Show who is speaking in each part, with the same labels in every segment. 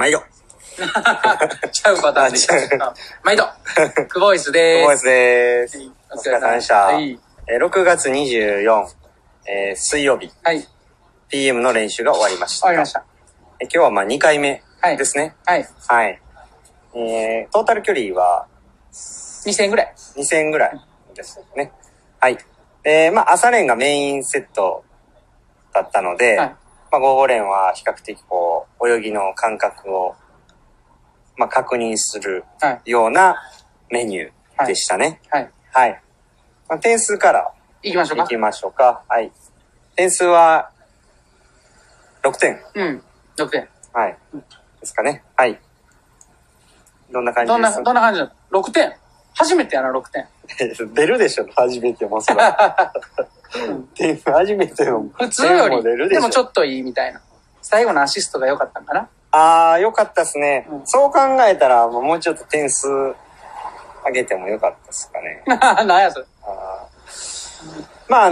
Speaker 1: 毎度。
Speaker 2: ちゃうパターンでした。毎度。クボイスでーす。
Speaker 1: クボイスでーす。お疲れ様でした。
Speaker 2: はい。
Speaker 1: 6月24、水曜日。
Speaker 2: はい。
Speaker 1: PM の練習が終わりました。
Speaker 2: 終わりました。
Speaker 1: 今日はまあ2回目ですね。
Speaker 2: はい。
Speaker 1: はい。トータル距離は
Speaker 2: 2000ぐらい。
Speaker 1: 2000ぐらいですね。はい。まあ朝練がメインセットだったので、はい、まあ午後練は比較的こう泳ぎの感覚をまあ確認するようなメニューでしたね。はい。はい。はい、まあ、点数から
Speaker 2: 行きましょう
Speaker 1: か。はい。点数は6点。
Speaker 2: うん。6点。
Speaker 1: はい。ですかね。はい。どんな感じですか？
Speaker 2: どんな感じだ？ 6 点。初めてやな、6点。
Speaker 1: 出るでしょ、初めてもそら。初めても。
Speaker 2: 普通より、でもちょっといいみたいな。最後のアシストが良かったんかな？
Speaker 1: ああ、良かったですね。うん、そう考えたら、もうちょっと点数上げても良かったですかね。
Speaker 2: 何やそれ。
Speaker 1: まあ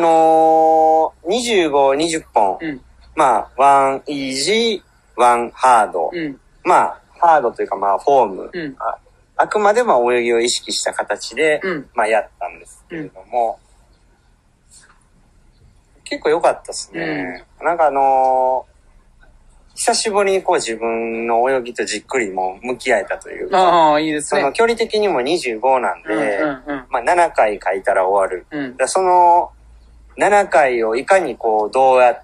Speaker 1: 25、20本。うん、まあ、1イージー、1ハード。うん、まあ、ハードというかまあ、フォーム。うん、あくまでも泳ぎを意識した形で、うん、まあ、やったんですけれども、うん、結構良かったですね。うん、なんか久しぶりにこう自分の泳ぎとじっくりも向き合えたというか、
Speaker 2: ああ、いいですね。
Speaker 1: その距離的にも25なんで、まあ7回書いたら終わる。だその7回をいかにこうどうやって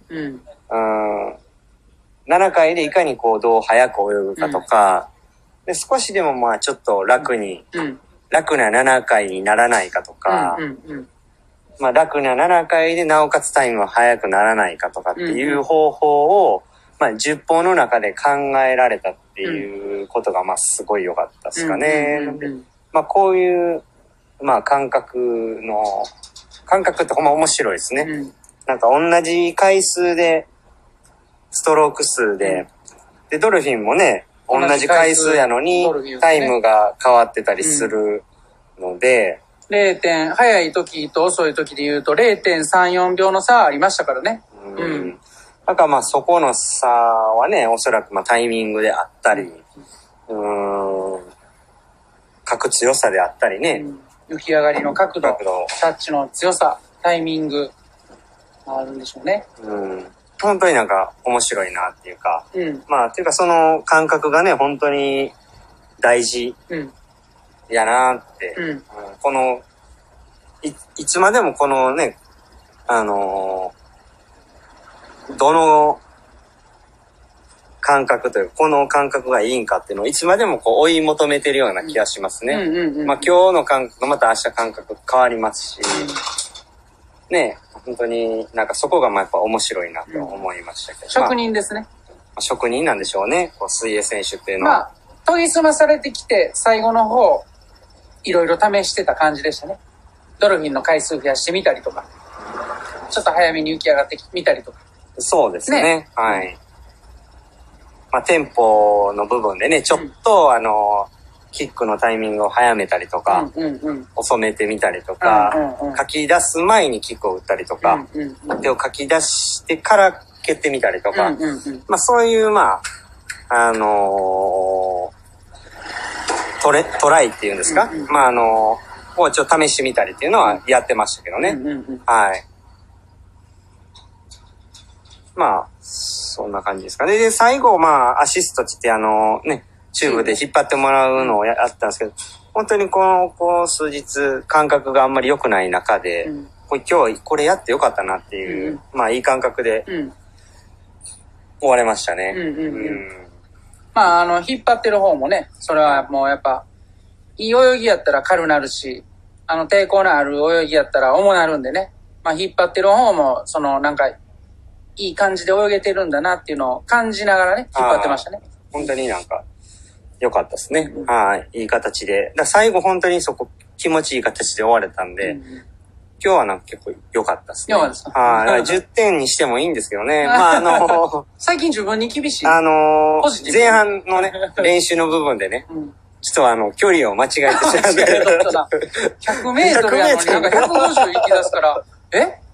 Speaker 1: 、7回でいかにこうどう早く泳ぐかとか、で少しでもまあちょっと楽な7回にならないかとか、まあ楽な7回でなおかつタイムが速くならないかとかっていう方法を、まあ10本の中で考えられたっていうことがまあすごい良かったですかね。まあこういうまあ感覚ってほんま面白いですね。なんか同じ回数でストローク数で、でドルフィンもね同じ回数やのにタイムが変わってたりするので、
Speaker 2: 早い時と遅い時で言うと 0.34 秒の差ありましたからね。
Speaker 1: だからまあそこの差はね、おそらくまあタイミングであったり、書く強さであったりね。
Speaker 2: 浮き上がりの角度、タッチの強さ、タイミングあるんでしょうね。
Speaker 1: 本当になんか面白いなっていうか、まあっていうかその感覚がね、本当に大事やなって、このいつまでもこのね、どの感覚というか、この感覚がいいんかっていうのをいつまでもこう追い求めてるような気がしますね。まあ今日の感覚がまた明日感覚変わりますし、ね、本当になんかそこがまあやっぱ面白いなと思いましたけど。
Speaker 2: 職人ですね。
Speaker 1: 職人なんでしょうね、こう水泳選手っていうのは。まあ、
Speaker 2: 研ぎ澄まされてきて、最後の方、いろいろ試してた感じでしたね。ドルフィンの回数増やしてみたりとか、ちょっと早めに浮き上がってみたりとか。
Speaker 1: そうですね。はい。まあ、テンポの部分でね、ちょっと、キックのタイミングを早めたりとか、遅めてみたりとか、書き出す前にキックを打ったりとか、手を書き出してから蹴ってみたりとか、まあ、そういう、まあ、トライっていうんですか、まあ、をちょっと試してみたりっていうのはやってましたけどね。はい。まあ、そんな感じですかね。で、最後、まあ、アシストってね、チューブで引っ張ってもらうのをやったんですけど、本当にこう数日感覚があんまり良くない中で、今日これやってよかったなっていう、まあいい感覚で終われましたね。
Speaker 2: まあ、引っ張ってる方もね、それはもうやっぱ、いい泳ぎやったら軽なるし、抵抗のある泳ぎやったら重なるんでね、まあ引っ張ってる方も、なんか、いい感じで泳げてるんだなっていうのを感じながらね、引っ張ってましたね。
Speaker 1: 本当になんか、良かったですね。はい。いい形で。最後本当にそこ、気持ちいい形で終われたんで、今日はなんか結構良かったですね。
Speaker 2: 良かったですか？
Speaker 1: はい。10点にしてもいいんですけどね。まあ
Speaker 2: 最近自分に厳しい。
Speaker 1: 前半のね、練習の部分でね、ちょっと距離を間違えてしまって。
Speaker 2: 100メートルやのになんか150行き出すから、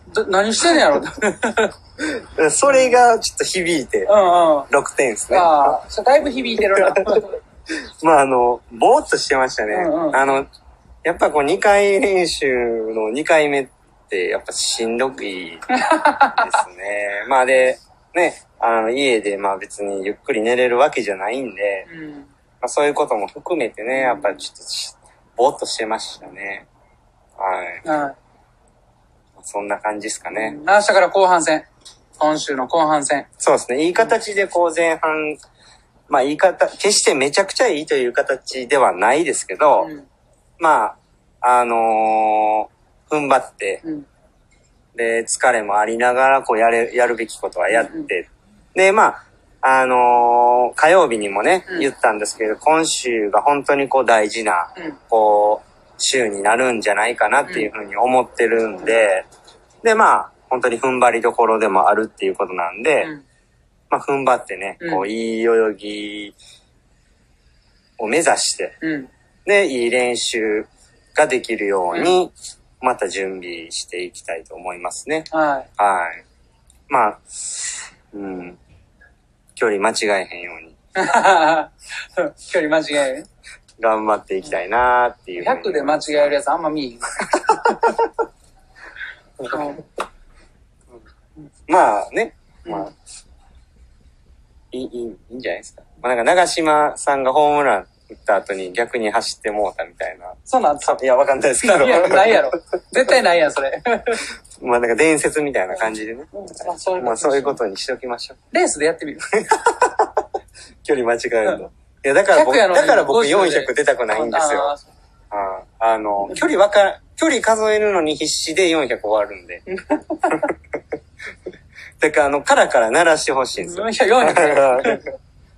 Speaker 2: 何してんねやろ
Speaker 1: それがちょっと響いて、6点ですね。
Speaker 2: ああ、それだいぶ響いてるな。
Speaker 1: まあぼーっとしてましたね。やっぱこう2回練習の2回目ってやっぱしんどいですね。まあで、ね、家でまあ別にゆっくり寝れるわけじゃないんで、まあそういうことも含めてね、やっぱちょっとぼーっとしてましたね。はい。そんな感じですかね。
Speaker 2: 明日から後半戦。今週の後半戦。
Speaker 1: そうですね。いい形でこう前半、まあ決してめちゃくちゃいいという形ではないですけど、まあ、踏ん張って、で、疲れもありながら、こうやるべきことはやって、で、まあ、火曜日にもね、言ったんですけど、今週が本当にこう大事な、こう、週になるんじゃないかなっていうふうに思ってるんで、で、まあ、本当に踏ん張りどころでもあるっていうことなんで、まあ、踏ん張ってね、こう、いい泳ぎを目指して、で、いい練習ができるように、また準備していきたいと思いますね。はい。まあ、距離間違えへんように。
Speaker 2: 距離間違える
Speaker 1: 頑張っていきたいなーっていう。
Speaker 2: 100で間違えるやつあんま見えへん。
Speaker 1: まあね、まあ、いいんじゃないですか。まあなんか長嶋さんがホームラン打った後に逆に走ってもうたみたいな。
Speaker 2: そうなんですか？
Speaker 1: いや、わかんないですけど。
Speaker 2: いや、ないやろ。絶対ないやん、それ。
Speaker 1: まあなんか伝説みたいな感じでね。まあそういうことにしておきましょう。
Speaker 2: レースでやってみる。
Speaker 1: 距離間違えると。いや、だから僕400出たくないんですよ。距離数えるのに必死で400終わるんで。だからカラカラ鳴らしてほしいんですよ。400。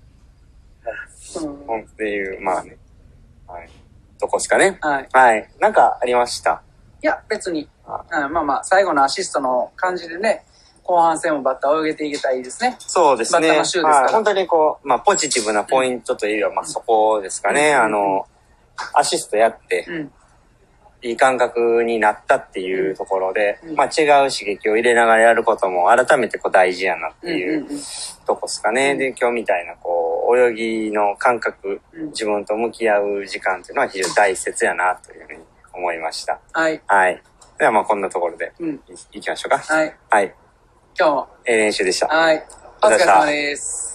Speaker 1: っていう、まあね。はい。どこですかね。はい。なんかありました？
Speaker 2: いや、別に。まあまあ、最後のアシストの感じでね、後半戦もバッターを泳げていけたらいいですね。
Speaker 1: そうですね。
Speaker 2: バッターの週ですから。
Speaker 1: 本当にこう、まあ、ポジティブなポイントというよりは、まあ、そこですかね。アシストやって、いい感覚になったっていうところで、まあ、違う刺激を入れながらやることも改めてこう大事やなっていうとこですかね。で、今日みたいなこう、泳ぎの感覚、自分と向き合う時間っていうのは非常に大切やなというふうに思いました。はい。ではまあこんなところでいきましょうか。はい。今日も練習でした。はい。お疲れ様です。